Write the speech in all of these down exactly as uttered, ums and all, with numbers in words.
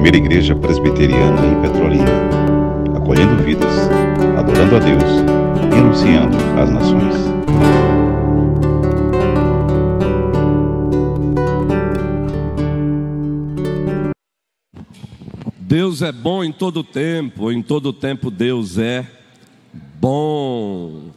primeira igreja presbiteriana em Petrolina, acolhendo vidas, adorando a Deus e anunciando às nações. Deus é bom em todo tempo, em todo tempo Deus é bom.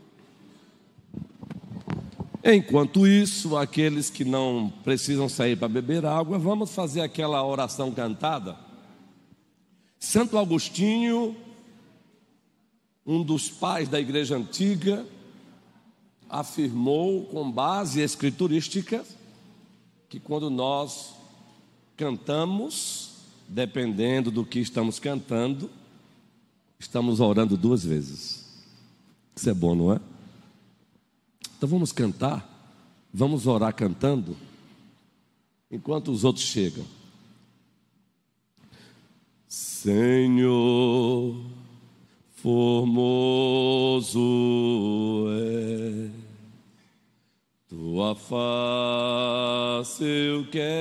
Enquanto isso, aqueles que não precisam sair para beber água, vamos fazer aquela oração cantada. Santo Agostinho, um dos pais da igreja antiga, afirmou com base escriturística que quando nós cantamos, dependendo do que estamos cantando, estamos orando duas vezes. Isso é bom, não é? Então vamos cantar, vamos orar cantando, enquanto os outros chegam. Senhor, formoso é tua face, eu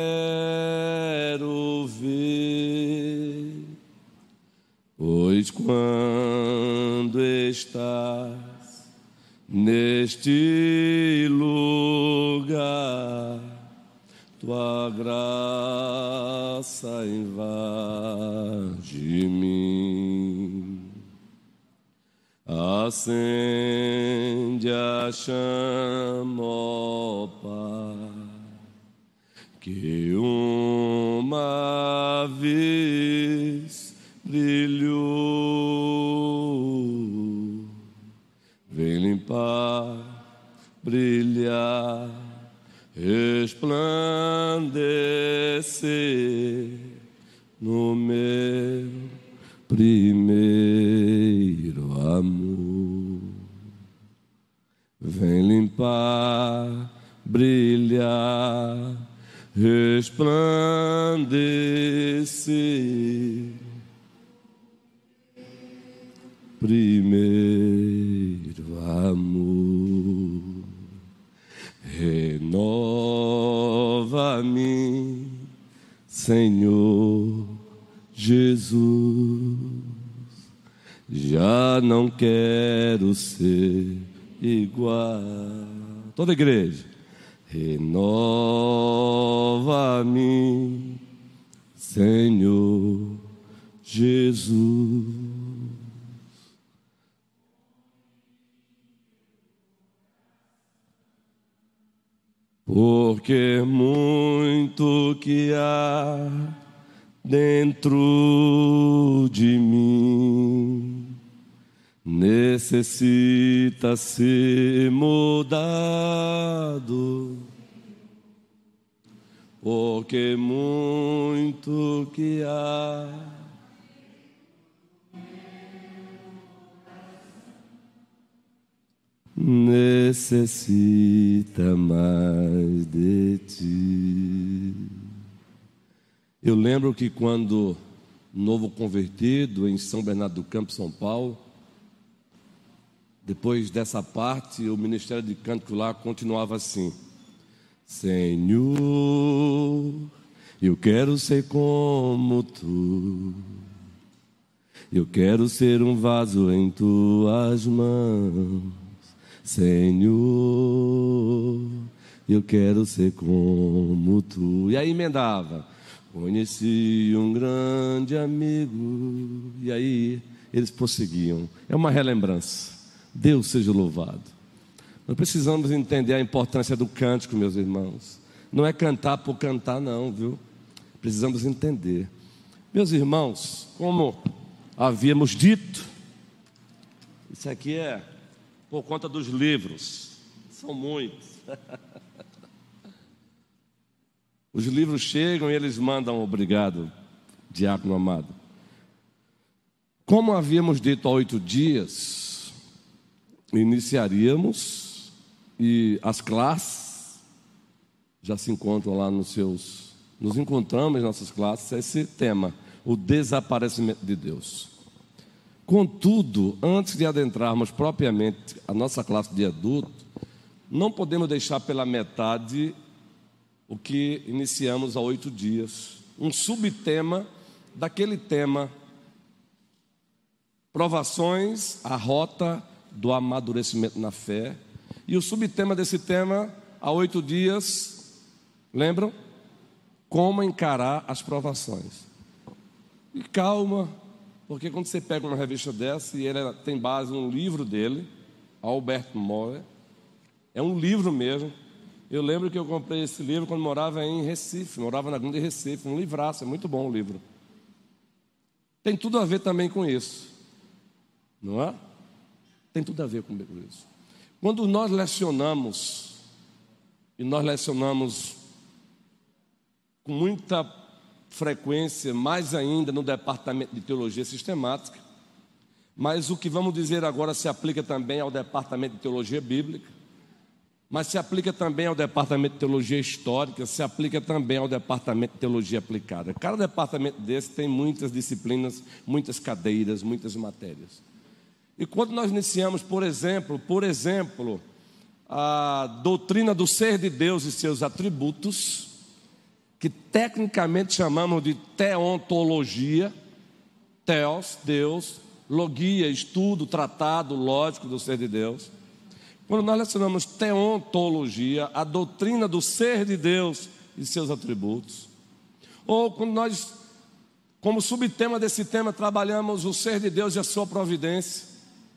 quero ver, pois quando estás neste lugar, tua graça invade mim, acende a chama, ó Pai, que uma vez brilhou. Vem limpar, brilhar, resplandecer no meu primeiro amor. Vem limpar, brilhar, resplandecer primeiro amor. Renova-me, Senhor Jesus, já não quero ser igual. Toda a igreja. Renova-me, Senhor Jesus. Porque muito que há dentro de mim necessita ser mudado. Porque muito que há necessita mais de ti. Eu lembro que quando novo convertido em São Bernardo do Campo, São Paulo, depois dessa parte, o ministério de cântico lá continuava assim: Senhor, eu quero ser como tu, eu quero ser um vaso em tuas mãos. Senhor, eu quero ser como tu. E aí emendava: conheci um grande amigo. E aí eles prosseguiam. É uma relembrança. Deus seja louvado. Nós precisamos entender a importância do cântico, meus irmãos. Não é cantar por cantar, não, viu? Precisamos entender. Meus irmãos, como havíamos dito, isso aqui é por conta dos livros, são muitos. Os livros chegam e eles mandam obrigado, diácono amado. Como havíamos dito há oito dias, iniciaríamos, e as classes já se encontram lá nos seus, nos encontramos em nossas classes, esse tema, o desaparecimento de Deus. Contudo, antes de adentrarmos propriamente a nossa classe de adulto, não podemos deixar pela metade o que iniciamos há oito dias. Um subtema daquele tema, provações, a rota do amadurecimento na fé. E o subtema desse tema, há oito dias, lembram? Como encarar as provações. E calma, porque quando você pega uma revista dessa, e ele tem base num livro dele, Albert Moller, é um livro mesmo. Eu lembro que eu comprei esse livro quando morava em Recife, morava na Grande Recife, um livraço, é muito bom o livro. Tem tudo a ver também com isso, não é? Tem tudo a ver com isso. Quando nós lecionamos, e nós lecionamos com muita frequência, mais ainda no departamento de teologia sistemática, mas o que vamos dizer agora se aplica também ao departamento de teologia bíblica, mas se aplica também ao departamento de teologia histórica, se aplica também ao departamento de teologia aplicada. Cada departamento desse tem muitas disciplinas, muitas cadeiras, muitas matérias. E quando nós iniciamos, por exemplo, por exemplo, a doutrina do ser de Deus e seus atributos, que tecnicamente chamamos de teontologia, teos, Deus, logia, estudo, tratado lógico do ser de Deus. Quando nós lecionamos teontologia, a doutrina do ser de Deus e seus atributos, ou quando nós, como subtema desse tema, trabalhamos o ser de Deus e a sua providência,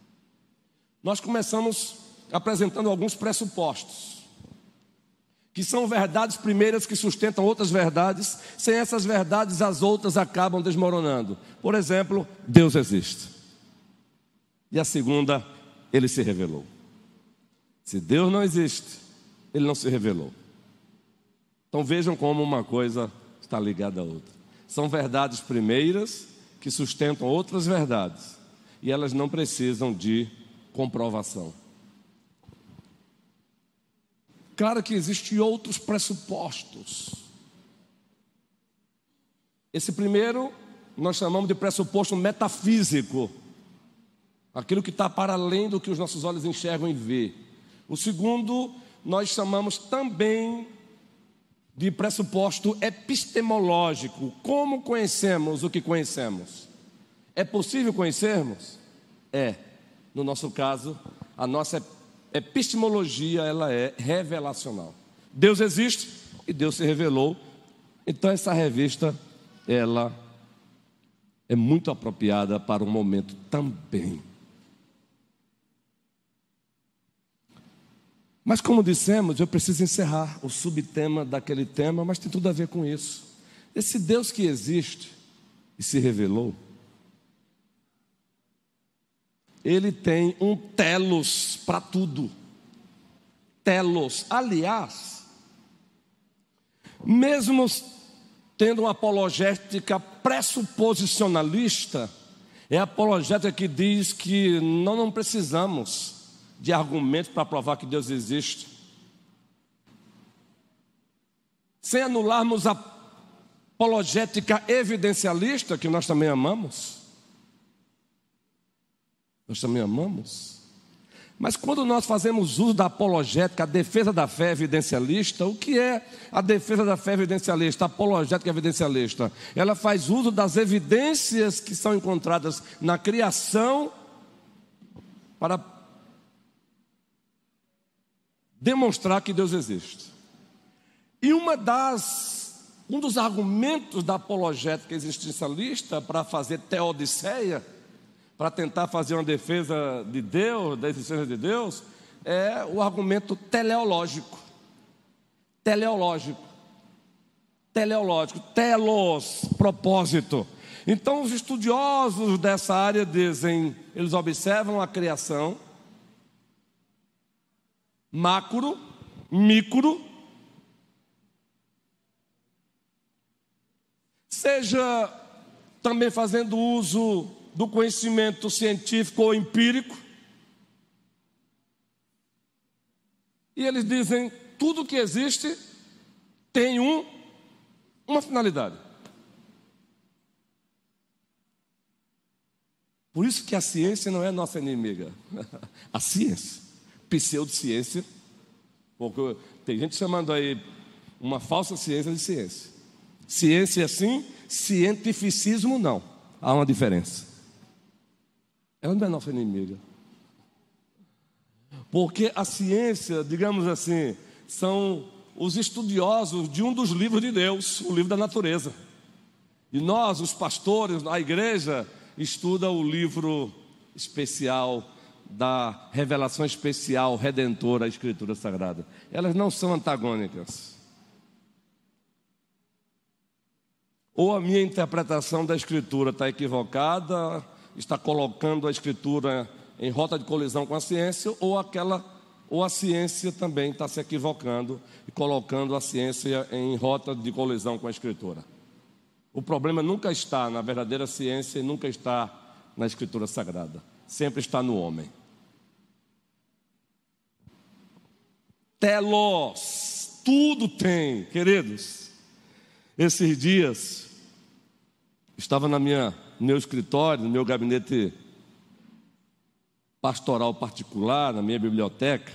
nós começamos apresentando alguns pressupostos, que são verdades primeiras que sustentam outras verdades. Sem essas verdades, as outras acabam desmoronando. Por exemplo, Deus existe. E a segunda, Ele se revelou. Se Deus não existe, Ele não se revelou. Então vejam como uma coisa está ligada à outra. São verdades primeiras que sustentam outras verdades, e elas não precisam de comprovação. Claro que existem outros pressupostos. Esse primeiro nós chamamos de pressuposto metafísico, aquilo que está para além do que os nossos olhos enxergam e vê. O segundo nós chamamos também de pressuposto epistemológico. Como conhecemos o que conhecemos? É possível conhecermos? É. No nosso caso, a nossa epistemologia, ela é revelacional. Deus existe e Deus se revelou. Então essa revista, ela é muito apropriada para o momento também. Mas como dissemos, eu preciso encerrar o subtema daquele tema, mas tem tudo a ver com isso. Esse Deus que existe e se revelou, Ele tem um telos para tudo. Telos. Aliás, mesmo tendo uma apologética pressuposicionalista, é a apologética que diz que nós não precisamos de argumentos para provar que Deus existe, sem anularmos a apologética evidencialista, que nós também amamos. Nós também amamos. Mas quando nós fazemos uso da apologética, a defesa da fé evidencialista, o que é a defesa da fé evidencialista? A apologética evidencialista, ela faz uso das evidências que são encontradas na criação para demonstrar que Deus existe. E uma das, um dos argumentos da apologética existencialista para fazer teodiceia, para tentar fazer uma defesa de Deus, da existência de Deus, é o argumento teleológico. Teleológico. Teleológico. Telos, propósito. Então, os estudiosos dessa área dizem, eles observam a criação, macro, micro, seja também fazendo uso do conhecimento científico ou empírico, e eles dizem, tudo que existe tem um, uma finalidade. Por isso que a ciência não é nossa inimiga. A ciência, pseudociência, porque tem gente chamando aí uma falsa ciência de ciência. Ciência sim, cientificismo não. Há uma diferença. Ela não é nossa inimiga. Porque a ciência, digamos assim, são os estudiosos de um dos livros de Deus, o livro da natureza. E nós, os pastores, a igreja, estuda o livro especial da revelação especial, redentora, a Escritura Sagrada. Elas não são antagônicas. Ou a minha interpretação da Escritura está equivocada, está colocando a Escritura em rota de colisão com a ciência, ou aquela, ou a ciência também está se equivocando e colocando a ciência em rota de colisão com a Escritura. O problema nunca está na verdadeira ciência e nunca está na Escritura Sagrada. Sempre está no homem. Telos, tudo tem, queridos. Esses dias, estava na minha, no meu escritório, no meu gabinete pastoral particular, na minha biblioteca.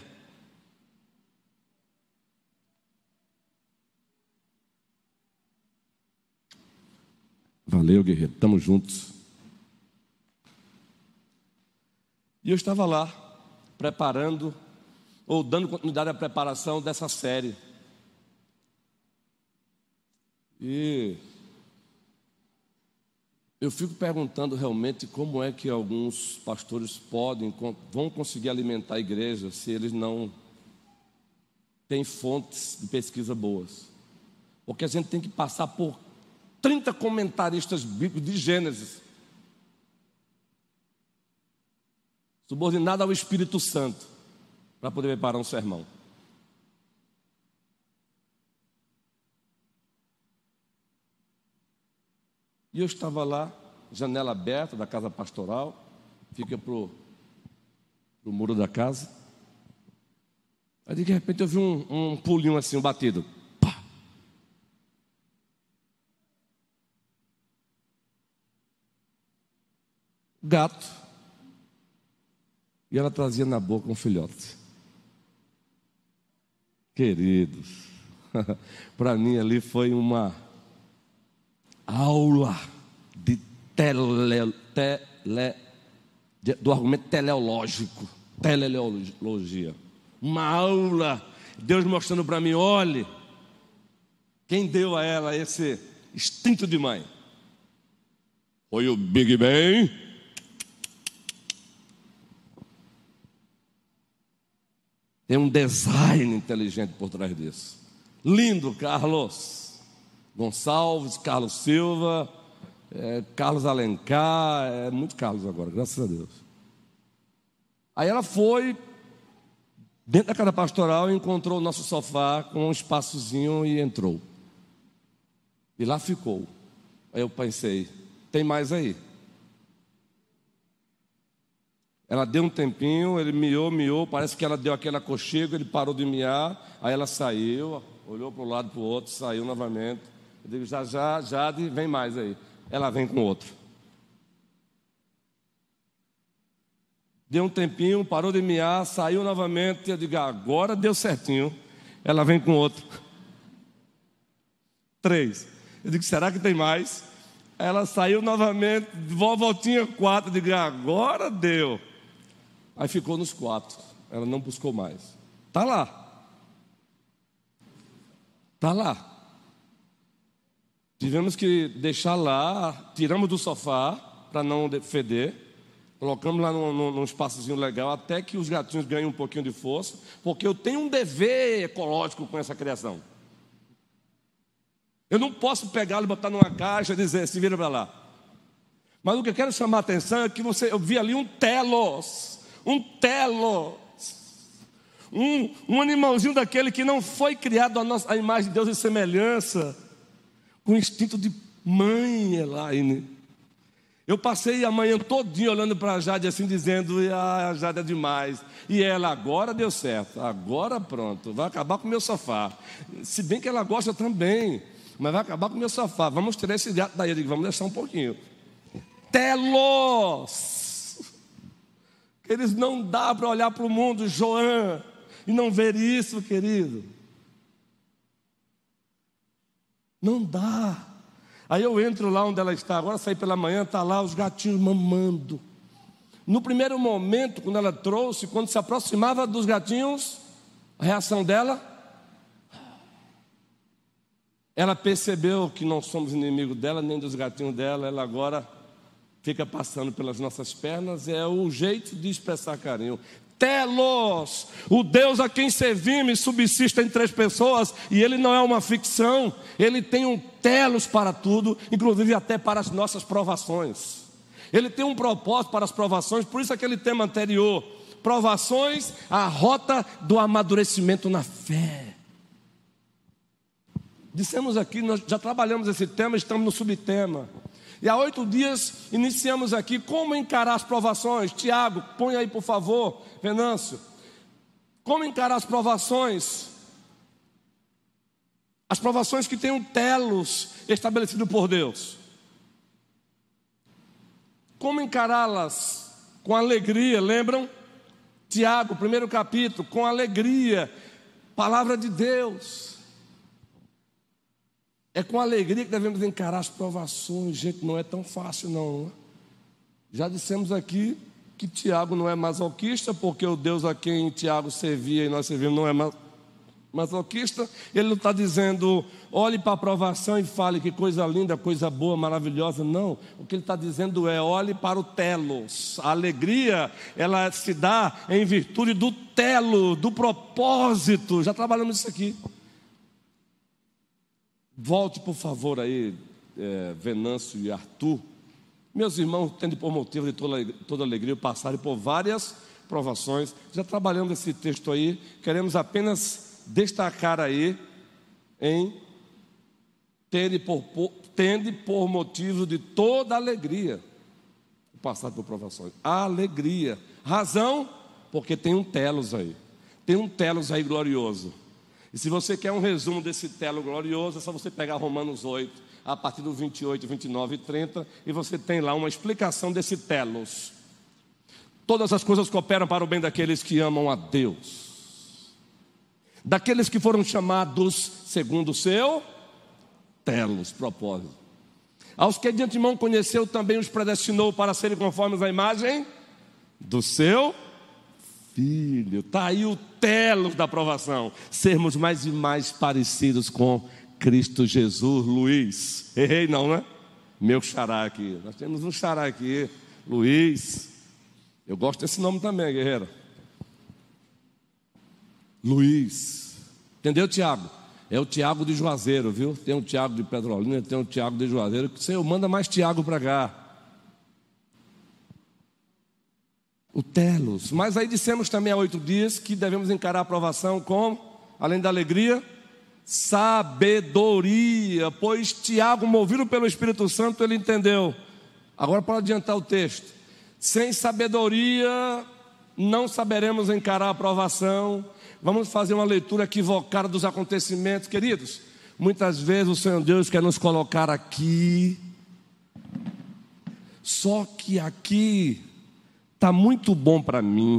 Valeu, guerreiro, estamos juntos. E eu estava lá, preparando, ou dando continuidade à preparação dessa série. E eu fico perguntando realmente como é que alguns pastores podem, vão conseguir alimentar a igreja se eles não têm fontes de pesquisa boas. Porque a gente tem que passar por trinta comentaristas bíblicos de Gênesis, subordinado ao Espírito Santo, para poder preparar um sermão. E eu estava lá, janela aberta da casa pastoral, fica para o muro da casa. Aí de repente eu vi um, um pulinho assim, um batido. Pá! Gato. E ela trazia na boca um filhote. Queridos, para mim ali foi uma aula de tele, tele, de, do argumento teleológico, teleologia. Uma aula, Deus mostrando para mim, olhe, quem deu a ela esse instinto de mãe? Foi o Big Bang. Tem um design inteligente por trás disso. Lindo, Carlos Gonçalves, Carlos Silva, é, Carlos Alencar, é muito Carlos agora, graças a Deus. Aí ela foi dentro da casa pastoral e encontrou o nosso sofá com um espaçozinho e entrou. E lá ficou. Aí eu pensei, tem mais aí. Ela deu um tempinho, ele miou, miou, parece que ela deu aquele aconchego, ele parou de miar, aí ela saiu, olhou para um lado e para o outro, saiu novamente. Eu digo, já, já, Jade, vem mais aí. Ela vem com outro. Deu um tempinho, parou de miar, saiu novamente, eu digo, agora deu certinho. Ela vem com outro. Três. Eu digo, será que tem mais? Ela saiu novamente, voltinha quatro, eu digo, agora deu. Aí ficou nos quatro, ela não buscou mais. Está lá. Está lá. Tivemos que deixar lá, tiramos do sofá para não feder, colocamos lá num, num, num espaçozinho legal, até que os gatinhos ganhem um pouquinho de força, porque eu tenho um dever ecológico com essa criação. Eu não posso pegá-lo e botar numa caixa e dizer, se vira para lá. Mas o que eu quero chamar a atenção é que você, eu vi ali um telos, um telos, um, um animalzinho daquele que não foi criado a, nossa, a imagem de Deus e semelhança, com instinto de mãe, Elaine. Eu passei a manhã todinha olhando para a Jade assim, dizendo, ah, a Jade é demais. E ela, agora deu certo, agora pronto, vai acabar com o meu sofá. Se bem que ela gosta também, mas vai acabar com o meu sofá. Vamos tirar esse gato daí, eu digo, vamos deixar um pouquinho. Telos. Eles não dá para olhar para o mundo, João, e não ver isso, querido. Não dá. Aí eu entro lá onde ela está, agora saí pela manhã, está lá os gatinhos mamando. No primeiro momento, quando ela trouxe, quando se aproximava dos gatinhos, a reação dela, ela percebeu que não somos inimigos dela, nem dos gatinhos dela, ela agora fica passando pelas nossas pernas, é o jeito de expressar carinho. Telos, o Deus a quem servimos subsiste em três pessoas, e Ele não é uma ficção, Ele tem um telos para tudo, inclusive até para as nossas provações. Ele tem um propósito para as provações, por isso aquele tema anterior, provações, a rota do amadurecimento na fé. Dissemos aqui, nós já trabalhamos esse tema, estamos no subtema. E há oito dias iniciamos aqui como encarar as provações. Tiago, põe aí por favor, Venâncio. Como encarar as provações? As provações que têm um telos estabelecido por Deus. Como encará-las? Com alegria, lembram? Tiago, primeiro capítulo, com alegria. Palavra de Deus. É com alegria que devemos encarar as provações. Gente, não é tão fácil não. Já dissemos aqui que Tiago não é masoquista, porque o Deus a quem Tiago servia e nós servimos não é masoquista. Ele não está dizendo, olhe para a provação e fale que coisa linda, coisa boa, maravilhosa. Não, o que ele está dizendo é, olhe para o telos. A alegria, ela se dá em virtude do telo, do propósito. Já trabalhamos isso aqui. Volte, por favor, aí, é, Venâncio e Arthur. Meus irmãos, tendo por motivo de toda, toda alegria passarem por várias provações. Já trabalhamos esse texto aí. Queremos apenas destacar aí em tende por, tende por motivo de toda alegria passar por provações. Alegria. Razão, porque tem um telos aí. Tem um telos aí glorioso. E se você quer um resumo desse telo glorioso, é só você pegar Romanos oito, a partir do vinte e oito, vinte e nove e trinta, e você tem lá uma explicação desse telos. Todas as coisas cooperam para o bem daqueles que amam a Deus, daqueles que foram chamados segundo o seu telos, propósito. Aos que de antemão conheceu, também os predestinou para serem conformes à imagem do seu Filho. Está aí o telos da aprovação, sermos mais e mais parecidos com Cristo Jesus. Luiz, errei não, né? Meu xará aqui, nós temos um xará aqui, Luiz. Eu gosto desse nome também, guerreiro. Luiz, entendeu, Tiago? É o Tiago de Juazeiro, viu? Tem um Tiago de Petrolina, tem um Tiago de Juazeiro, que o Senhor manda mais Tiago para cá. O telos. Mas aí dissemos também há oito dias que devemos encarar a aprovação com, além da alegria, sabedoria. Pois Tiago, movido pelo Espírito Santo, ele entendeu. Agora pode adiantar o texto. Sem sabedoria, não saberemos encarar a aprovação. Vamos fazer uma leitura equivocada dos acontecimentos, queridos. Muitas vezes o Senhor Deus quer nos colocar aqui. Só que aqui está muito bom para mim,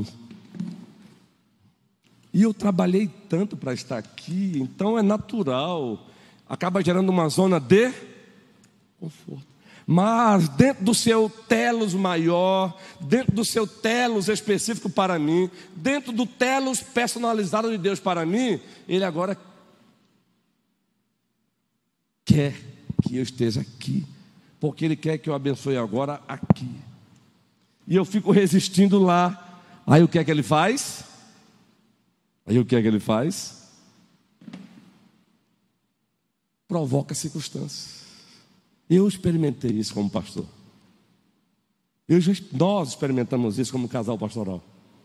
e eu trabalhei tanto para estar aqui, então é natural, acaba gerando uma zona de conforto. Mas dentro do seu telos maior, dentro do seu telos específico para mim, dentro do telos personalizado de Deus para mim, Ele agora quer que eu esteja aqui, porque Ele quer que eu abençoe agora aqui. E eu fico resistindo lá. Aí o que é que ele faz? Aí o que é que ele faz? Provoca circunstâncias. Eu experimentei isso como pastor. Eu já, nós experimentamos isso como casal pastoral.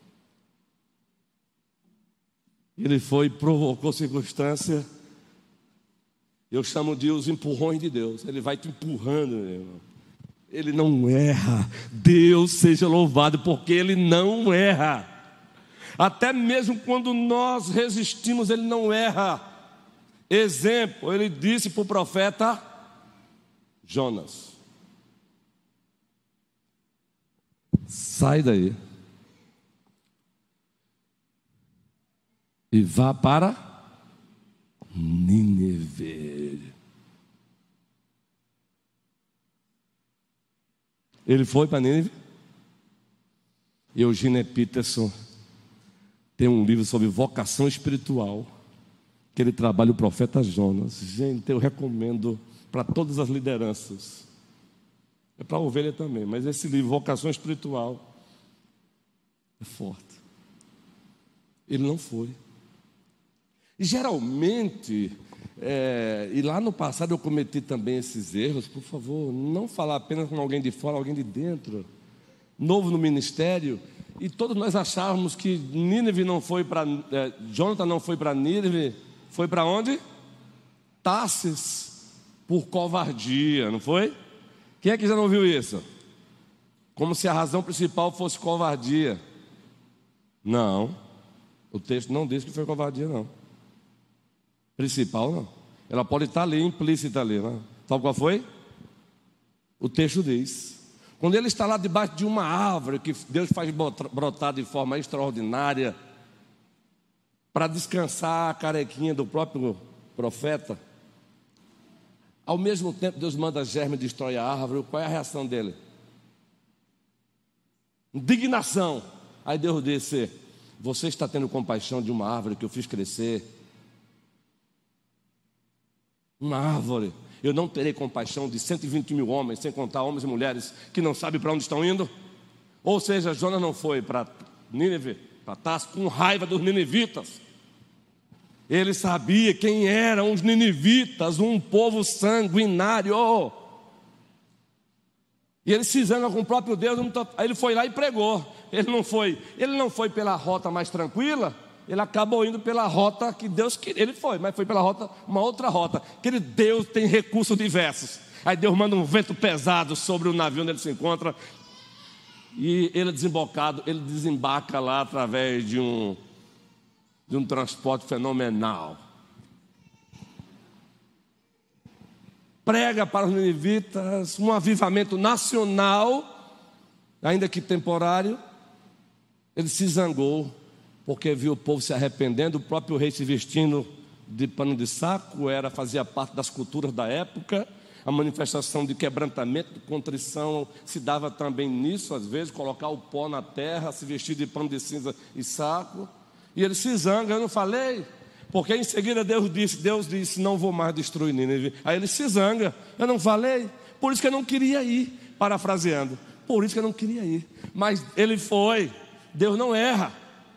Ele foi e provocou circunstância. Eu chamo de os empurrões de Deus. Ele vai te empurrando, meu irmão. Ele não erra. Deus seja louvado, porque Ele não erra. Até mesmo quando nós resistimos, Ele não erra. Exemplo, Ele disse para o profeta Jonas: sai daí e vá para Nínive. Ele foi para Nínive. Eugene Peterson tem um livro sobre vocação espiritual, que ele trabalha o profeta Jonas. Gente, eu recomendo para todas as lideranças. É para a ovelha também, mas esse livro, Vocação Espiritual, é forte. Ele não foi. E geralmente, é, e lá no passado eu cometi também esses erros. Por favor, não falar apenas com alguém de fora, alguém de dentro, novo no ministério. E todos nós achávamos que Nínive não foi para, é, Jonathan não foi para Nínive, foi para onde? Tarsis, por covardia, não foi? Quem é que já não viu isso? Como se a razão principal fosse covardia. Não, o texto não diz que foi covardia, não. Principal, não. Ela pode estar ali, implícita ali, não. Sabe qual foi? O texto diz: quando ele está lá debaixo de uma árvore que Deus faz brotar de forma extraordinária, para descansar a carequinha do próprio profeta, ao mesmo tempo Deus manda germe e destrói a árvore. Qual é a reação dele? Indignação. Aí Deus disse: você está tendo compaixão de uma árvore que eu fiz crescer? Uma árvore. Eu não terei compaixão de cento e vinte mil homens, sem contar homens e mulheres que não sabem para onde estão indo? Ou seja, Jonas não foi para Nínive, para Tarso, com raiva dos ninivitas. Ele sabia quem eram os ninivitas, um povo sanguinário. E ele se zanga com o próprio Deus. Aí ele foi lá e pregou. Ele não foi, ele não foi pela rota mais tranquila. Ele acabou indo pela rota que Deus queria. Ele foi, mas foi pela rota, uma outra rota. Aquele Deus tem recursos diversos. Aí Deus manda um vento pesado sobre o navio onde ele se encontra. E ele desembocado, ele desembarca lá através de um, de um transporte fenomenal. Prega para os ninivitas um avivamento nacional, ainda que temporário. Ele se zangou, porque viu o povo se arrependendo. O próprio rei se vestindo de pano de saco era, fazia parte das culturas da época. A manifestação de quebrantamento, de contrição se dava também nisso, às vezes, colocar o pó na terra, se vestir de pano de cinza e saco. E ele se zanga. Eu não falei? Porque em seguida Deus disse, Deus disse, não vou mais destruir Nínive. Aí ele se zanga. Eu não falei? Por isso que eu não queria ir, parafraseando. Por isso que eu não queria ir. Mas ele foi. Deus não erra.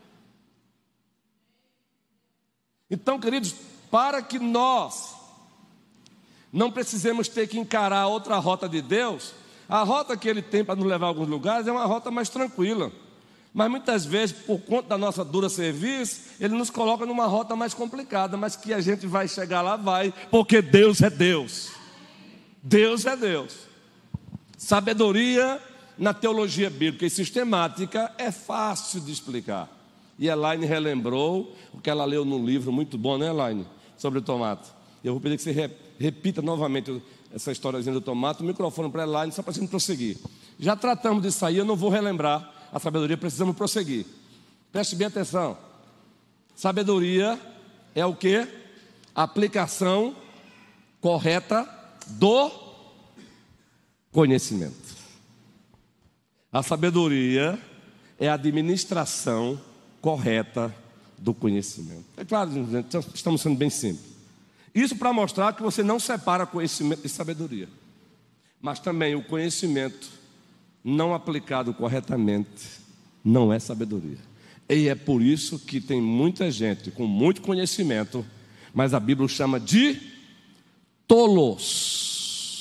Então, queridos, para que nós não precisemos ter que encarar outra rota de Deus, a rota que Ele tem para nos levar a alguns lugares é uma rota mais tranquila. Mas muitas vezes, por conta da nossa dura serviço, Ele nos coloca numa rota mais complicada, mas que a gente vai chegar lá, vai, porque Deus é Deus. Deus é Deus. Sabedoria na teologia bíblica e sistemática é fácil de explicar. E a Elaine relembrou o que ela leu num livro muito bom, né, Elaine? Sobre o tomate. Eu vou pedir que você repita novamente essa historiazinha do tomate. O microfone para a Elaine, só para a gente prosseguir. Já tratamos disso aí, eu não vou relembrar a sabedoria, precisamos prosseguir. Preste bem atenção. Sabedoria é o quê? Aplicação correta do conhecimento. A sabedoria é a administração correta do conhecimento. É claro, estamos sendo bem simples. Isso para mostrar que você não separa conhecimento e sabedoria. Mas também o conhecimento não aplicado corretamente não é sabedoria. E é por isso que tem muita gente com muito conhecimento, mas a Bíblia chama de tolos.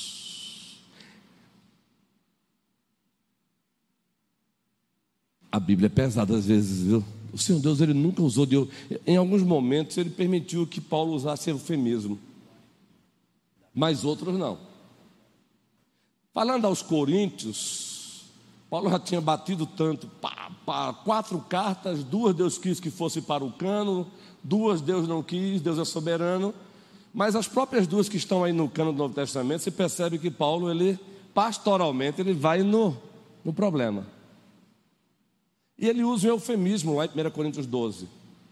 A Bíblia é pesada às vezes, viu? O Senhor Deus, Ele nunca usou de... Em alguns momentos, Ele permitiu que Paulo usasse eufemismo, mas outros não. Falando aos Coríntios, Paulo já tinha batido tanto, pá, pá, quatro cartas, duas Deus quis que fosse para o cano, duas Deus não quis, Deus é soberano, mas as próprias duas que estão aí no cano do Novo Testamento, você percebe que Paulo, ele, pastoralmente, ele vai no, no problema. E ele usa um eufemismo lá em primeira Coríntios doze.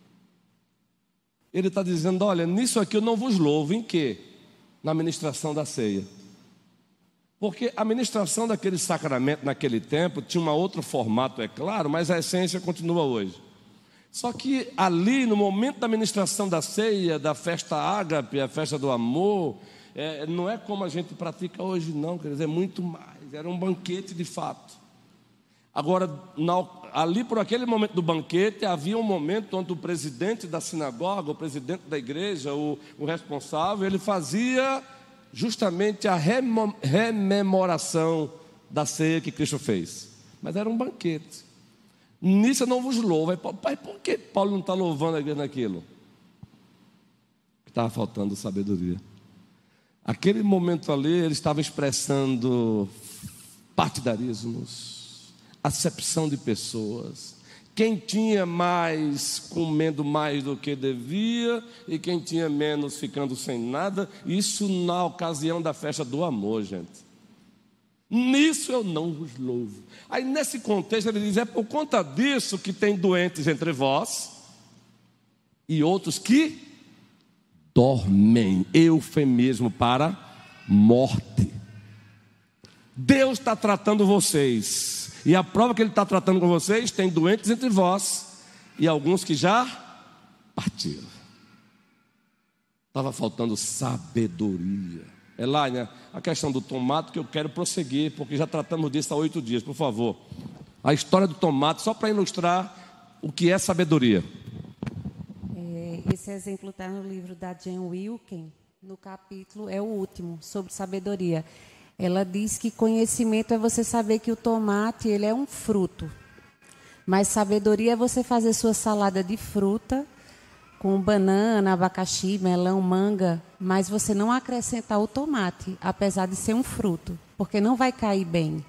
Ele está dizendo, olha, nisso aqui eu não vos louvo, em quê? Na ministração da ceia. Porque a ministração daquele sacramento naquele tempo tinha um outro formato, é claro, mas a essência continua hoje. Só que ali, no momento da ministração da ceia, da festa ágape, a festa do amor, é, não é como a gente pratica hoje não, quer dizer, é muito mais, era um banquete de fato. Agora, na, ali por aquele momento do banquete, havia um momento onde o presidente da sinagoga, o presidente da igreja, o, o responsável, ele fazia justamente a remo, rememoração da ceia que Cristo fez. Mas era um banquete. Nisso eu não vos louvo. Pai, por que Paulo não está louvando a igreja naquilo? Estava faltando sabedoria. Aquele momento ali, ele estava expressando partidarismos, acepção de pessoas. Quem tinha mais, comendo mais do que devia, e quem tinha menos, ficando sem nada. Isso na ocasião da festa do amor, gente. Nisso eu não vos louvo. Aí nesse contexto ele diz, é por conta disso que tem doentes entre vós, e outros que dormem, eufemismo para morte. Deus está tratando vocês, e a prova que Ele está tratando com vocês, tem doentes entre vós, e alguns que já partiram. Estava faltando sabedoria. Elaine, a questão do tomate que eu quero prosseguir, porque já tratamos disso há oito dias, por favor. A história do tomate, só para ilustrar o que é sabedoria. É, esse exemplo está no livro da Jane Wilken, no capítulo, é o último, sobre sabedoria. Ela diz que conhecimento é você saber que o tomate ele é um fruto, mas sabedoria é você fazer sua salada de fruta, com banana, abacaxi, melão, manga, mas você não acrescentar o tomate, apesar de ser um fruto, porque não vai cair bem.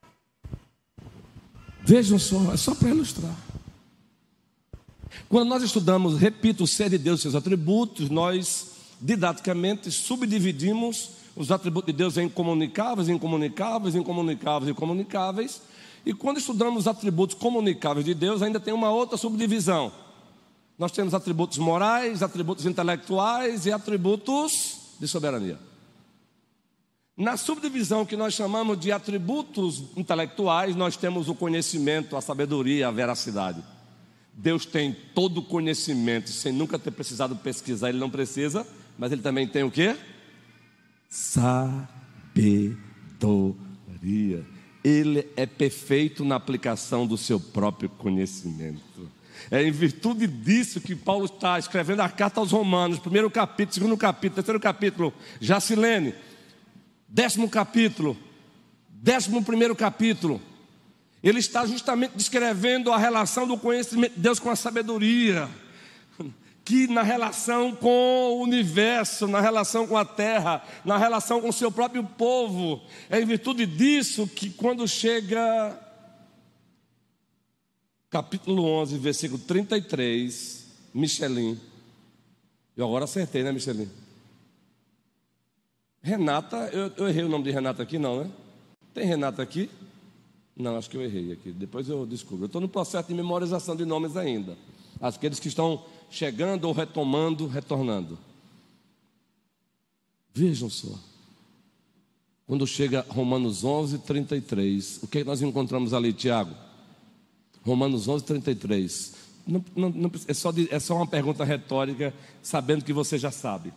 Vejam só, é só para ilustrar. Quando nós estudamos, repito, o ser de Deus e seus atributos, nós didaticamente subdividimos os atributos de Deus em comunicáveis, incomunicáveis, incomunicáveis e comunicáveis. E quando estudamos os atributos comunicáveis de Deus, ainda tem uma outra subdivisão. Nós temos atributos morais, atributos intelectuais e atributos de soberania. Na subdivisão que nós chamamos de atributos intelectuais, nós temos o conhecimento, a sabedoria, a veracidade. Deus tem todo o conhecimento, sem nunca ter precisado pesquisar, Ele não precisa, mas Ele também tem o quê? Sabedoria. Ele é perfeito na aplicação do seu próprio conhecimento. É em virtude disso que Paulo está escrevendo a carta aos Romanos, primeiro capítulo, segundo capítulo, terceiro capítulo, Jacilene, décimo capítulo, décimo primeiro capítulo. Ele está justamente descrevendo a relação do conhecimento de Deus com a sabedoria, que na relação com o universo, na relação com a terra, na relação com o seu próprio povo. É em virtude disso que quando chega capítulo onze, versículo trinta e três, Michelin, eu agora acertei, né, Michelin? Renata, eu, eu errei o nome de Renata aqui, não, né? Tem Renata aqui? Não, acho que eu errei aqui, depois eu descubro. Eu estou no processo de memorização de nomes ainda. Aqueles que estão chegando ou retomando, retornando. Vejam só. Quando chega Romanos onze, trinta e três, o que nós encontramos ali, Tiago? Romanos onze, trinta e três. Não, não, não, é, só de, é só uma pergunta retórica, sabendo que você já sabe.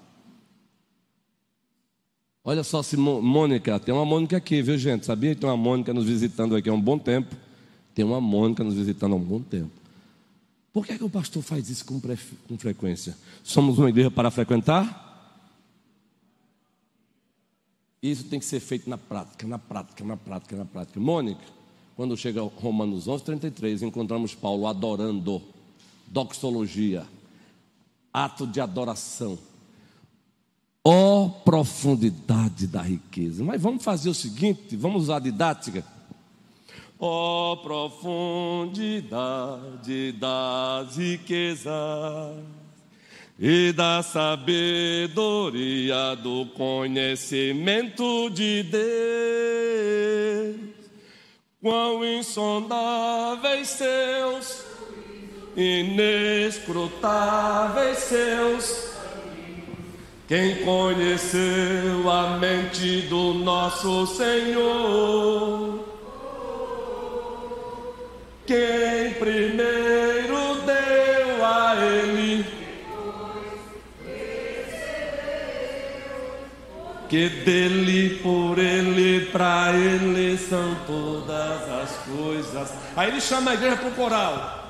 Olha só se Mônica, tem uma Mônica aqui, viu gente? Sabia que tem uma Mônica nos visitando aqui há um bom tempo? Tem uma Mônica nos visitando há um bom tempo. Por que é que o pastor faz isso com, com frequência? Somos uma igreja para frequentar? Isso tem que ser feito na prática, na prática, na prática, na prática. Mônica, quando chega Romanos onze, trinta e três, encontramos Paulo adorando, doxologia, ato de adoração. Ó profundidade da riqueza. Mas vamos fazer o seguinte, vamos usar a didática. Ó profundidade das riquezas e da sabedoria do conhecimento de Deus. Quão insondáveis seus, inescrutáveis seus, Quem conheceu a mente do nosso Senhor? Quem primeiro deu a Ele? Que dele, por Ele, pra Ele são todas as coisas. Aí ele chama a igreja para o coral.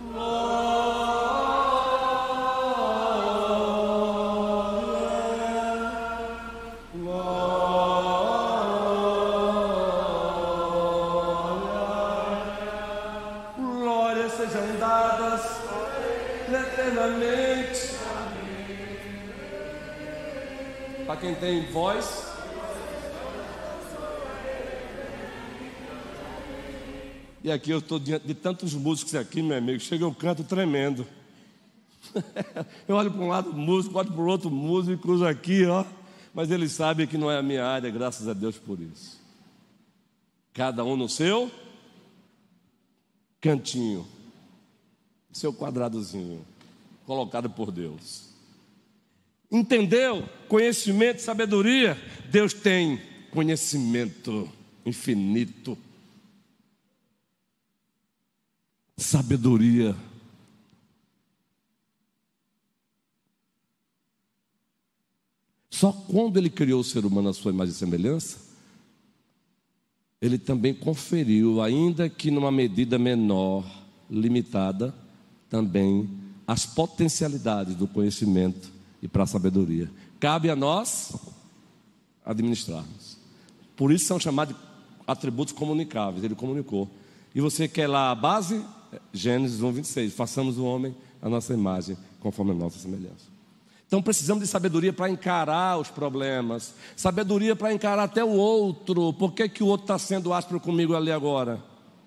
Glórias sejam dadas eternamente. Para quem tem voz. E aqui eu estou diante de tantos músicos aqui, meu amigo. Chega um canto tremendo. Eu olho para um lado músico, olho para o outro músico, aqui, ó. Mas eles sabem que não é a minha área, graças a Deus por isso. Cada um no seu cantinho, seu quadradozinho, colocado por Deus. Entendeu? Conhecimento, sabedoria. Deus tem conhecimento infinito. Sabedoria. Só quando Ele criou o ser humano à sua imagem e semelhança, Ele também conferiu, ainda que numa medida menor, limitada, também as potencialidades do conhecimento e para a sabedoria. Cabe a nós administrarmos. Por isso são chamados de atributos comunicáveis. Ele comunicou. E você quer lá a base? Gênesis um, vinte e seis. Façamos o homem à nossa imagem, conforme a nossa semelhança. Então precisamos de sabedoria para encarar os problemas. Sabedoria para encarar até o outro. Por que que o outro está sendo áspero comigo ali agora?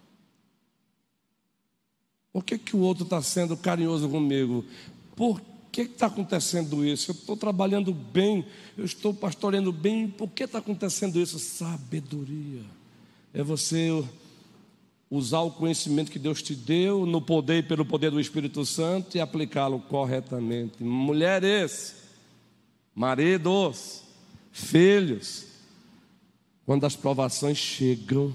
Por que que o outro está sendo carinhoso comigo? Por que está acontecendo isso? Eu estou trabalhando bem, eu estou pastoreando bem. Por que está acontecendo isso? Sabedoria. É você usar o conhecimento que Deus te deu no poder e pelo poder do Espírito Santo e aplicá-lo corretamente. Mulheres, maridos, filhos, quando as provações chegam,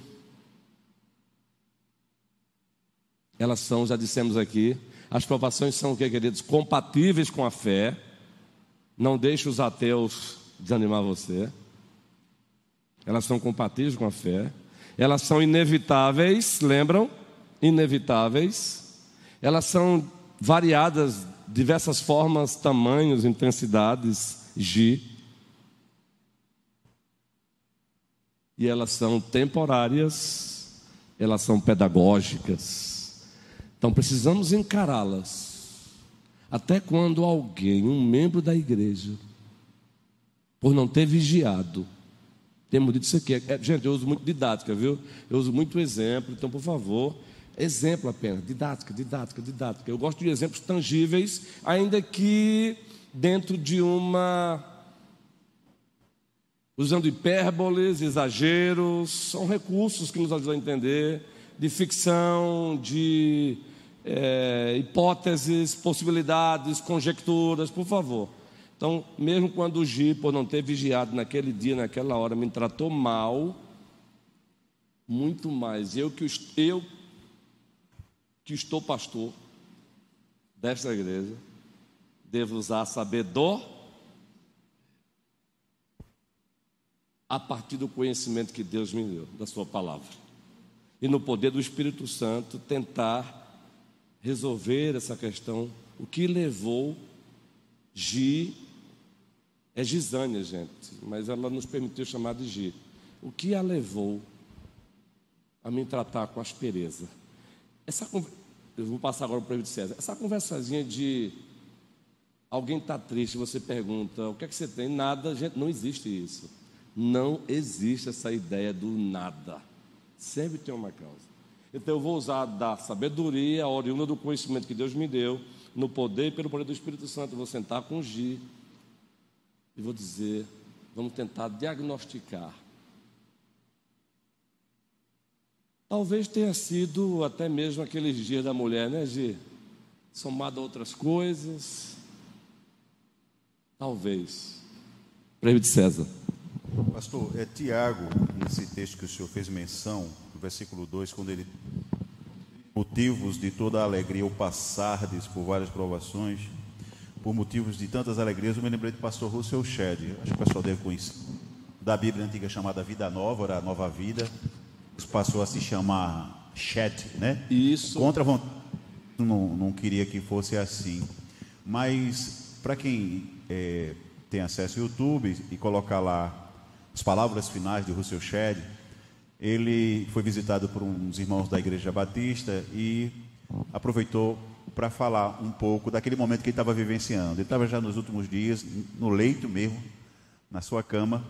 elas são, já dissemos aqui, as provações são o que, queridos? Compatíveis com a fé. Não deixe os ateus desanimar você. Elas são compatíveis com a fé. Elas são inevitáveis, lembram? Inevitáveis. Elas são variadas, diversas formas, tamanhos, intensidades, G. E elas são temporárias, elas são pedagógicas. Então precisamos encará-las. Até quando alguém, um membro da igreja, por não ter vigiado, temos dito isso aqui. É, gente, eu uso muito didática, viu? Eu uso muito exemplo, então, por favor, exemplo apenas. Didática, didática, didática. Eu gosto de exemplos tangíveis, ainda que dentro de uma... usando hipérboles, exageros, são recursos que nos ajudam a entender, de ficção, de é, hipóteses, possibilidades, conjecturas, por favor. Então, mesmo quando o Gi, por não ter vigiado naquele dia, naquela hora, me tratou mal, muito mais, eu que, eu, que estou pastor desta igreja, devo usar sabedoria a partir do conhecimento que Deus me deu, da sua palavra. E no poder do Espírito Santo, tentar resolver essa questão. O que levou Gi... É Gisânia, gente, mas ela nos permitiu chamar de Gi. O que a levou a me tratar com aspereza? Essa, eu vou passar agora para o presbítero César. Essa conversazinha de alguém está triste, você pergunta, o que é que você tem? Nada, gente, não existe isso. Não existe essa ideia do nada. Sempre tem uma causa. Então eu vou usar da sabedoria, a oriunda do conhecimento que Deus me deu, no poder e pelo poder do Espírito Santo. Eu vou sentar com o Gi e vou dizer, vamos tentar diagnosticar. Talvez tenha sido até mesmo aqueles dias da mulher, né, Gi? Somado a outras coisas. Talvez. Presbítero César. Pastor, é Tiago, nesse texto que o senhor fez menção, no versículo dois, quando ele... motivos de toda a alegria, ou passardes por várias provações, por motivos de tantas alegrias, eu me lembrei do pastor Russell Shedd, acho que o pessoal deve conhecer, da Bíblia antiga chamada Vida Nova, era a Nova Vida, isso passou a se chamar Shedd, né? Isso. Contra a vontade, não, não queria que fosse assim, mas para quem é, tem acesso ao YouTube e colocar lá as palavras finais de Russell Shedd, ele foi visitado por uns irmãos da Igreja Batista e aproveitou para falar um pouco daquele momento que ele estava vivenciando. Ele estava já nos últimos dias, no leito mesmo, na sua cama,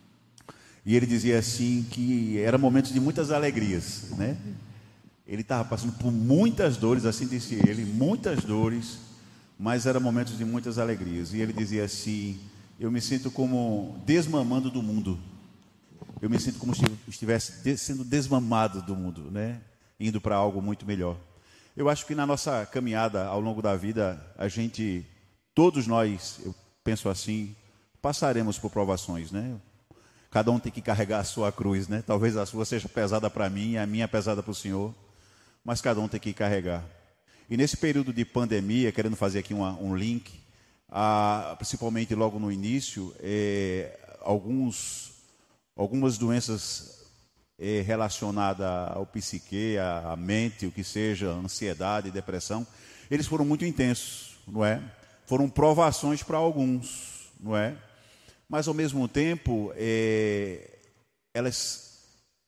e ele dizia assim que eram momentos de muitas alegrias, né? Ele estava passando por muitas dores, assim disse ele, muitas dores, mas eram momentos de muitas alegrias. E ele dizia assim: eu me sinto como desmamando do mundo. Eu me sinto como se estivesse sendo desmamado do mundo, né? Indo para algo muito melhor. Eu acho que na nossa caminhada ao longo da vida, a gente, todos nós, eu penso assim, passaremos por provações, né? Cada um tem que carregar a sua cruz, né? Talvez a sua seja pesada para mim, a minha pesada para o Senhor, mas cada um tem que carregar. E nesse período de pandemia, querendo fazer aqui uma, um link, ah, principalmente logo no início, é, alguns... Algumas doenças é, relacionadas ao psique, à mente, o que seja, ansiedade, depressão, eles foram muito intensos, não é? Foram provações para alguns, não é? Mas, ao mesmo tempo, é, elas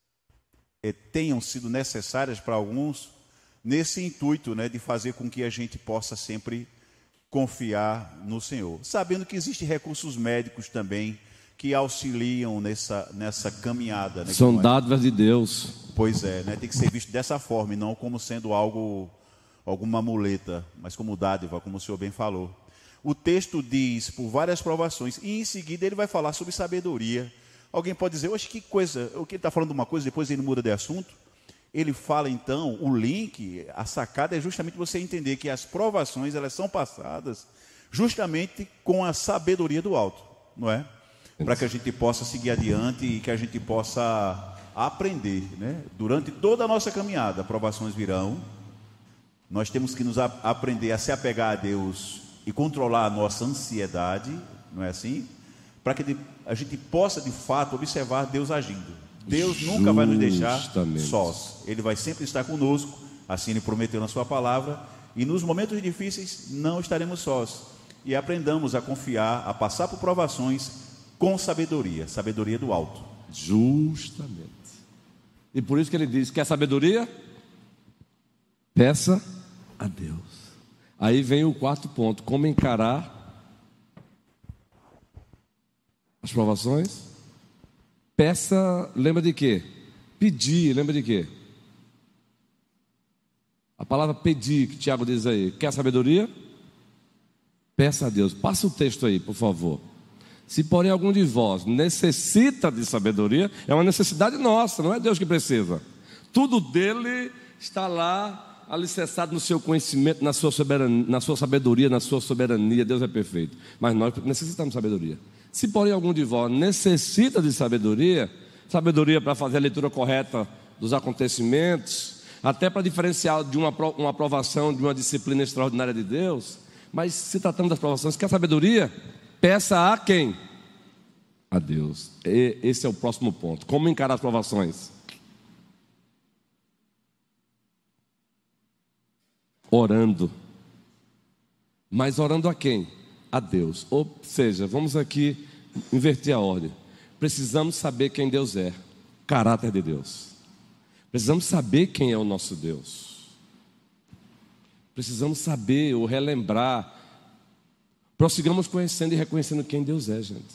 é, tenham sido necessárias para alguns nesse intuito, né, de fazer com que a gente possa sempre confiar no Senhor. Sabendo que existem recursos médicos também que auxiliam nessa, nessa caminhada. Né? São dádivas de Deus. Pois é, né? Tem que ser visto dessa forma, e não como sendo algo, alguma muleta, mas como dádiva, como o senhor bem falou. O texto diz, por várias provações, e em seguida ele vai falar sobre sabedoria. Alguém pode dizer, oxe, que coisa, o que ele está falando de uma coisa, depois ele muda de assunto. Ele fala então, o link, a sacada é justamente você entender que as provações, elas são passadas justamente com a sabedoria do alto, não é? Para que a gente possa seguir adiante e que a gente possa aprender, né? Durante toda a nossa caminhada, provações virão. Nós temos que nos a, aprender a se apegar a Deus e controlar a nossa ansiedade, não é assim? Para que a gente possa, de fato, observar Deus agindo. Deus Justamente. Nunca vai nos deixar sós. Ele vai sempre estar conosco, assim Ele prometeu na sua palavra. E nos momentos difíceis não estaremos sós. E aprendamos a confiar, a passar por provações com sabedoria, sabedoria do alto. Justamente. E por isso que ele diz: quer sabedoria? Peça a Deus. Aí vem o quarto ponto: como encarar as provações? Peça, lembra de quê? Pedir, lembra de quê? A palavra pedir, que Tiago diz aí, quer sabedoria? Peça a Deus. Passa o texto aí, por favor. Se porém algum de vós necessita de sabedoria, é uma necessidade nossa, não é Deus que precisa. Tudo dele está lá, alicerçado no seu conhecimento, na sua soberania, na sua sabedoria, na sua soberania. Deus é perfeito, mas nós necessitamos de sabedoria. Se porém algum de vós necessita de sabedoria, sabedoria para fazer a leitura correta dos acontecimentos, até para diferenciar de uma, uma aprovação de uma disciplina extraordinária de Deus, mas se tratando das provações, quer sabedoria? Peça a quem? A Deus. E esse é o próximo ponto. Como encarar as provações? Orando. Mas orando a quem? A Deus. Ou seja, vamos aqui inverter a ordem. Precisamos saber quem Deus é. Caráter de Deus. Precisamos saber quem é o nosso Deus. Precisamos saber ou relembrar. Prossigamos conhecendo e reconhecendo quem Deus é, gente.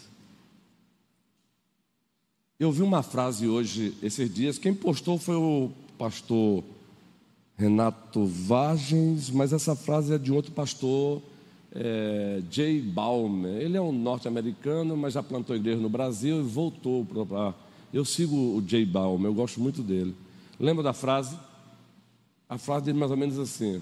Eu vi uma frase hoje, esses dias, quem postou foi o pastor Renato Vargens, mas essa frase é de um outro pastor, é, Jay Bauman. Ele é um norte-americano, mas já plantou igreja no Brasil e voltou para... Eu sigo o Jay Bauman, eu gosto muito dele. Lembra da frase? A frase dele mais ou menos assim: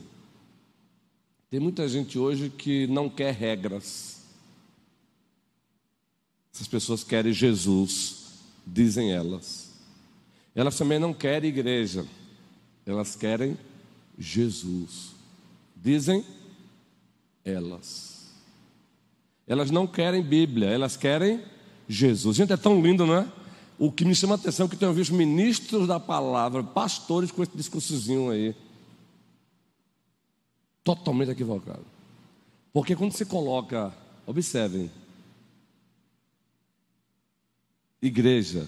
tem muita gente hoje que não quer regras. Essas pessoas querem Jesus, dizem elas. Elas também não querem igreja, elas querem Jesus, dizem elas. Elas não querem Bíblia, elas querem Jesus. Gente, é tão lindo, não é? O que me chama a atenção é que eu tenho visto ministros da palavra, pastores com esse discursozinho aí, totalmente equivocado. Porque quando se coloca, observem, igreja,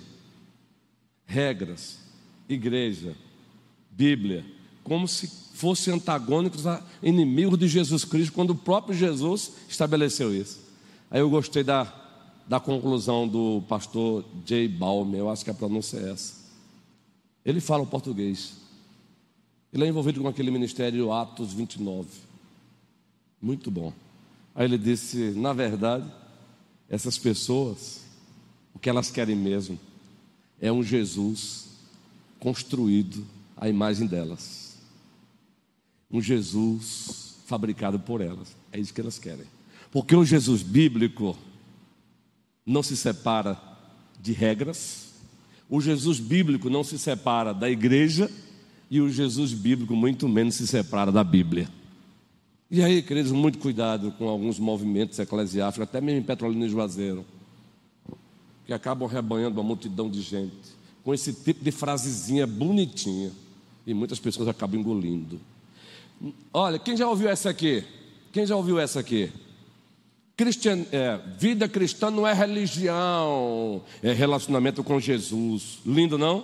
regras, igreja, Bíblia, como se fossem antagônicos a inimigos de Jesus Cristo, quando o próprio Jesus estabeleceu isso. Aí eu gostei da, da conclusão do pastor J. Balmer, eu acho que a pronúncia é essa. Ele fala o português. Ele é envolvido com aquele ministério Atos vinte e nove. Muito bom. Aí ele disse, na verdade, essas pessoas, o que elas querem mesmo é um Jesus construído à imagem delas. Um Jesus fabricado por elas. É isso que elas querem. Porque o Jesus bíblico não se separa de regras. O Jesus bíblico não se separa da igreja. E o Jesus bíblico muito menos se separa da Bíblia. E aí, queridos, muito cuidado com alguns movimentos eclesiásticos, até mesmo em Petrolina e Juazeiro, que acabam rebanhando uma multidão de gente com esse tipo de frasezinha bonitinha, e muitas pessoas acabam engolindo. Olha, quem já ouviu essa aqui? Quem já ouviu essa aqui? Cristian, é, vida cristã não é religião, é relacionamento com Jesus. Lindo, não?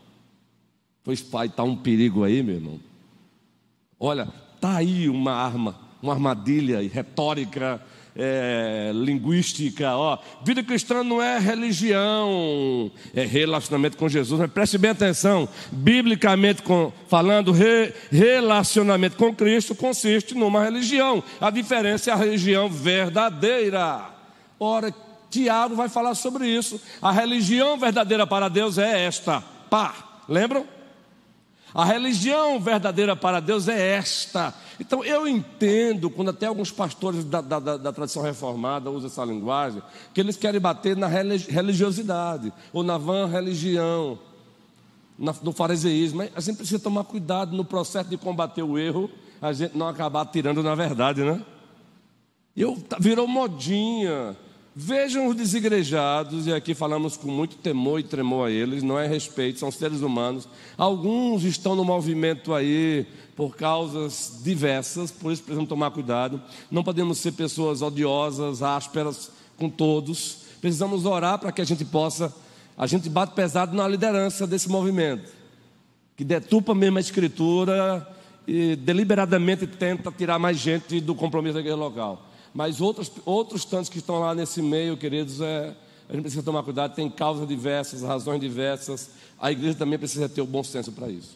Pois, pai, está um perigo aí, meu irmão. Olha, está aí uma arma, uma armadilha retórica, é, linguística. Ó, vida cristã não é religião, é relacionamento com Jesus. Mas preste bem atenção, biblicamente com, falando, re, relacionamento com Cristo consiste numa religião. A diferença é a religião verdadeira. Ora, Tiago vai falar sobre isso. A religião verdadeira para Deus é esta. Pá, lembram? A religião verdadeira para Deus é esta. Então eu entendo quando até alguns pastores da, da, da, da tradição reformada usam essa linguagem, que eles querem bater na religiosidade, ou na vã religião, na, no fariseísmo. Mas a gente precisa tomar cuidado no processo de combater o erro, a gente não acabar tirando na verdade, né? Eu, virou modinha. Vejam os desigrejados, e aqui falamos com muito temor e tremor a eles, não é respeito, são seres humanos. Alguns estão no movimento aí por causas diversas, por isso precisamos tomar cuidado. Não podemos ser pessoas odiosas, ásperas com todos. Precisamos orar para que a gente possa, a gente bate pesado na liderança desse movimento, que deturpa mesmo a escritura e deliberadamente tenta tirar mais gente do compromisso da igreja local. Mas outros, outros tantos que estão lá nesse meio, queridos, é, a gente precisa tomar cuidado, tem causas diversas, razões diversas. A igreja também precisa ter o bom senso para isso.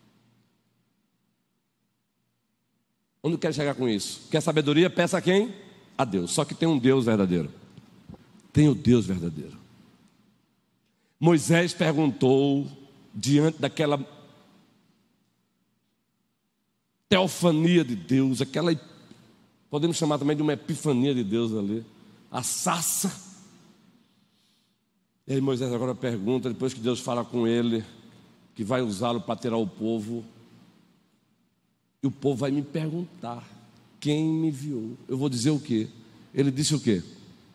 Onde eu quero chegar com isso? Quer sabedoria? Peça a quem? A Deus. Só que tem um Deus verdadeiro. Tem o Deus verdadeiro. Moisés perguntou, diante daquela teofania de Deus, aquela, podemos chamar também de uma epifania de Deus ali, a sarça. E aí Moisés agora pergunta, depois que Deus fala com ele, que vai usá-lo para tirar o povo, e o povo vai me perguntar, quem me enviou? Eu vou dizer o quê? Ele disse o quê?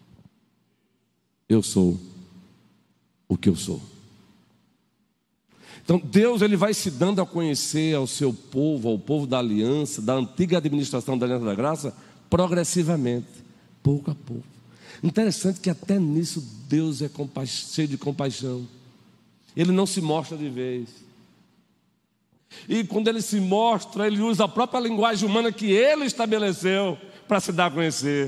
Eu sou o que eu sou. Então Deus, ele vai se dando a conhecer ao seu povo, ao povo da aliança, da antiga administração da Aliança da Graça, progressivamente, pouco a pouco. Interessante que até nisso Deus é compa- cheio de compaixão. Ele não se mostra de vez. E quando ele se mostra, ele usa a própria linguagem humana que ele estabeleceu para se dar a conhecer.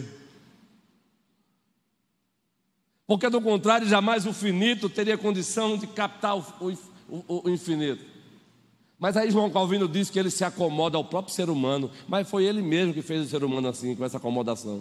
Porque do contrário, jamais o finito teria condição de captar o, o, o infinito. Mas aí João Calvino diz que ele se acomoda ao próprio ser humano, mas foi ele mesmo que fez o ser humano assim, com essa acomodação.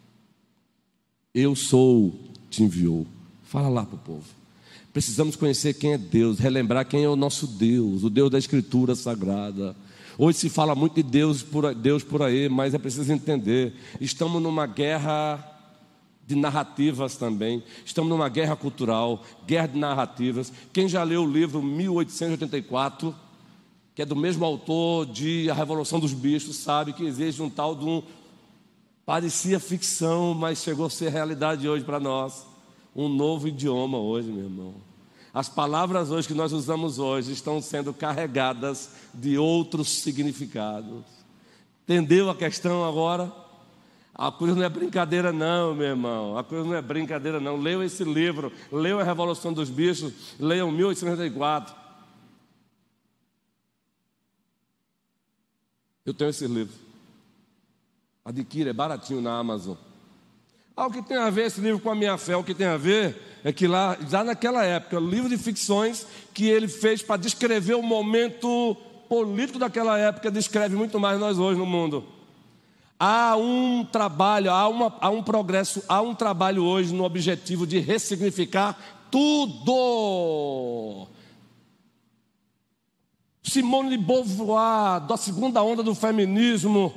Eu sou, te enviou. Fala lá para o povo. Precisamos conhecer quem é Deus, relembrar quem é o nosso Deus, o Deus da Escritura Sagrada. Hoje se fala muito de Deus por, Deus por aí, mas é preciso entender, estamos numa guerra de narrativas também. Estamos numa guerra cultural, guerra de narrativas. Quem já leu o livro mil oitocentos e oitenta e quatro, que é do mesmo autor de A Revolução dos Bichos, sabe que existe um tal de um... Parecia ficção, mas chegou a ser realidade hoje para nós. Um novo idioma hoje, meu irmão. As palavras hoje que nós usamos hoje estão sendo carregadas de outros significados. Entendeu a questão agora? A coisa não é brincadeira não, meu irmão. A coisa não é brincadeira não. Leiam esse livro, leiam A Revolução dos Bichos, leiam mil oitocentos e oitenta e quatro. Eu tenho esse livro. Adquira, é baratinho na Amazon. Ah, o que tem a ver esse livro com a minha fé? O que tem a ver é que lá, já naquela época, o livro de ficções que ele fez para descrever o momento político daquela época, descreve muito mais nós hoje no mundo. Há um trabalho, há, uma, há um progresso, há um trabalho hoje no objetivo de ressignificar tudo. Simone de Beauvoir, da segunda onda do feminismo,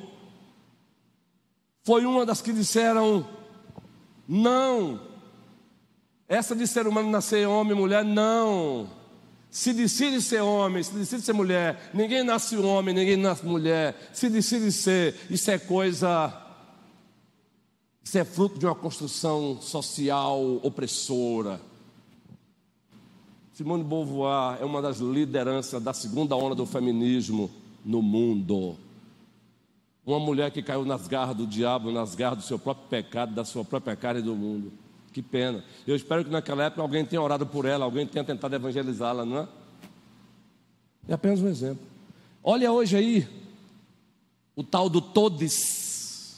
foi uma das que disseram: não, essa de ser humano nascer homem e mulher, não. Se decide ser homem, se decide ser mulher. Ninguém nasce homem, ninguém nasce mulher. Se decide ser, isso é coisa, isso é fruto de uma construção social opressora. Simone de Beauvoir é uma das lideranças da segunda onda do feminismo no mundo. Uma mulher que caiu nas garras do diabo, nas garras do seu próprio pecado, da sua própria carne do mundo. Que pena. Eu espero que naquela época alguém tenha orado por ela, alguém tenha tentado evangelizá-la, não é? É apenas um exemplo. Olha hoje aí, o tal do todes.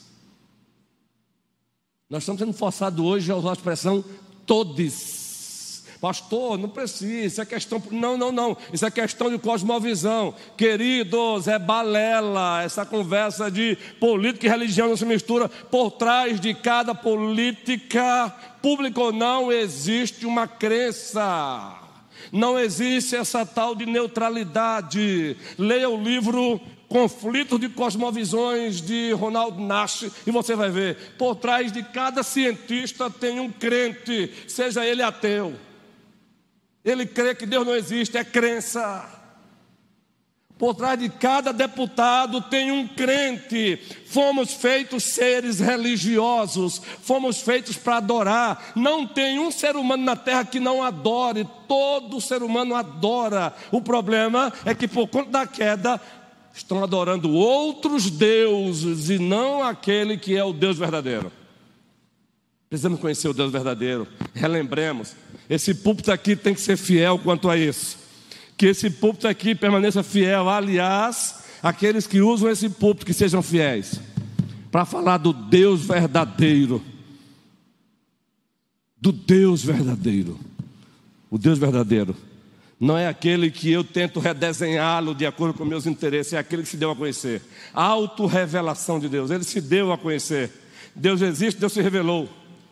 Nós estamos sendo forçados hoje a usar a expressão todes. Pastor, não precisa, isso é questão... Não, não, não, isso é questão de cosmovisão. Queridos, é balela. Essa conversa de política e religião não se mistura. Por trás de cada política, pública ou não, existe uma crença. Não existe essa tal de neutralidade. Leia o livro Conflitos de Cosmovisões, de Ronald Nash, e você vai ver. Por trás de cada cientista tem um crente, seja ele ateu. Ele crê que Deus não existe, é crença. Por trás de cada deputado tem um crente. Fomos feitos seres religiosos, fomos feitos para adorar. Não tem um ser humano na terra que não adore, todo ser humano adora. O problema é que por conta da queda, estão adorando outros deuses e não aquele que é o Deus verdadeiro. Precisamos conhecer o Deus verdadeiro. Relembremos, esse púlpito aqui tem que ser fiel quanto a isso. Que esse púlpito aqui permaneça fiel. Aliás, aqueles que usam esse púlpito que sejam fiéis para falar do Deus verdadeiro. Do Deus verdadeiro. O Deus verdadeiro não é aquele que eu tento redesenhá-lo de acordo com meus interesses, é aquele que se deu a conhecer. A autorrevelação de Deus, ele se deu a conhecer. Deus existe, Deus se revelou.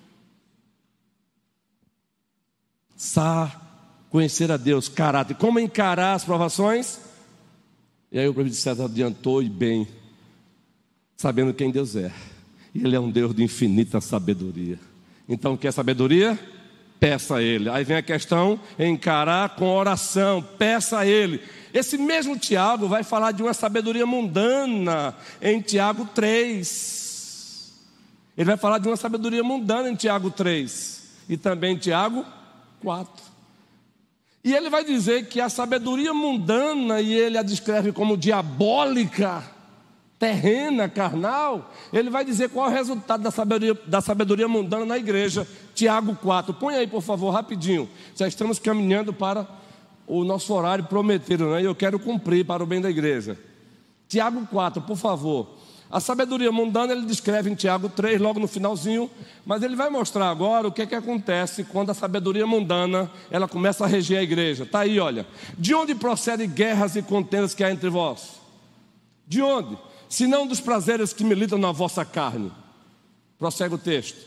Sa conhecer a Deus, caráter. Como encarar as provações? E aí o profeta César adiantou e bem, sabendo quem Deus é. E Ele é um Deus de infinita sabedoria. Então, quer sabedoria? Peça a Ele. Aí vem a questão, encarar com oração. Peça a Ele. Esse mesmo Tiago vai falar de uma sabedoria mundana em Tiago três. Ele vai falar de uma sabedoria mundana em Tiago três. E também em Tiago quatro. E ele vai dizer que a sabedoria mundana, e ele a descreve como diabólica, terrena, carnal. Ele vai dizer qual é o resultado da sabedoria, da sabedoria mundana na igreja. Tiago quatro, põe aí por favor, rapidinho. Já estamos caminhando para o nosso horário prometido, né? E eu quero cumprir para o bem da igreja. Tiago quatro, por favor. A sabedoria mundana ele descreve em Tiago três, logo no finalzinho, mas ele vai mostrar agora o que é que acontece quando a sabedoria mundana ela começa a reger a igreja. Está aí, olha. De onde procedem guerras e contendas que há entre vós? De onde? Se não dos prazeres que militam na vossa carne. Prossegue o texto.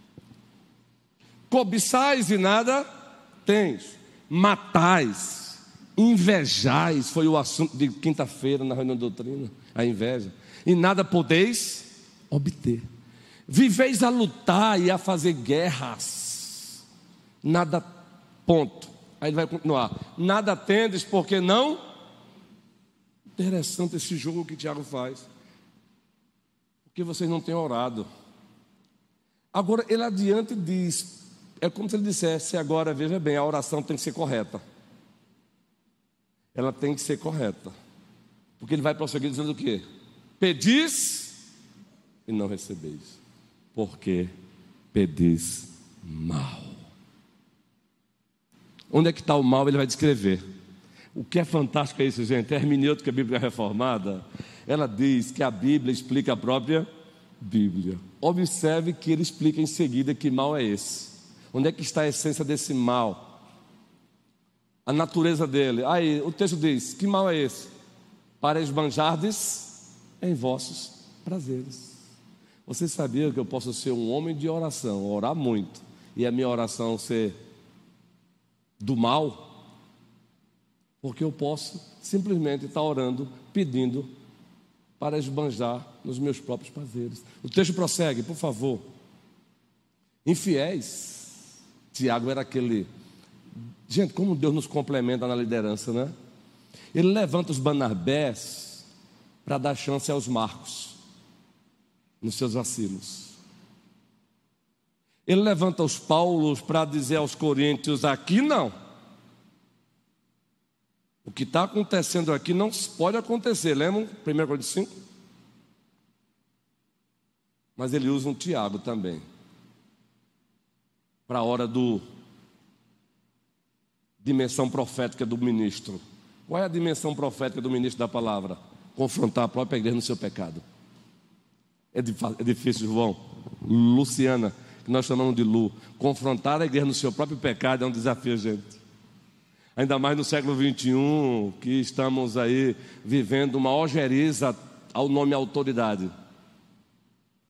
Cobiçais e nada tens, matais, invejais, foi o assunto de quinta-feira na reunião de doutrina, a inveja. E nada podeis obter. Viveis a lutar e a fazer guerras. Nada, ponto. Aí ele vai continuar. Nada tendes porque não. Interessante esse jogo que Tiago faz. Porque vocês não têm orado. Agora ele adiante diz, é como se ele dissesse agora, veja bem, a oração tem que ser correta. Ela tem que ser correta. Porque ele vai prosseguir dizendo o quê? Pedis e não recebeis. Porque pedis mal. Onde é que está o mal? Ele vai descrever. O que é fantástico é isso, gente. A hermenêutica bíblica reformada, ela diz que a Bíblia explica a própria Bíblia. Observe que ele explica em seguida que mal é esse. Onde é que está a essência desse mal? A natureza dele. Aí o texto diz, que mal é esse? Para esbanjardes em vossos prazeres. Você sabia que eu posso ser um homem de oração, orar muito, e a minha oração ser do mal? Porque eu posso simplesmente estar orando, pedindo para esbanjar nos meus próprios prazeres. O texto prossegue, por favor. Infiéis. Tiago era aquele... Gente, como Deus nos complementa na liderança, né? Ele levanta os Barnabés para dar chance aos Marcos nos seus vacilos. Ele levanta os Paulos para dizer aos Coríntios, aqui não. O que está acontecendo aqui não pode acontecer. Lembram? primeira Coríntios cinco? Mas ele usa um Tiago também. Para a hora do dimensão profética do ministro. Qual é a dimensão profética do ministro da palavra? Confrontar a própria igreja no seu pecado. É difícil, João. Luciana, que nós chamamos de Lu. Confrontar a igreja no seu próprio pecado é um desafio, gente. Ainda mais no século vinte e um, que estamos aí vivendo uma ojeriza ao nome autoridade.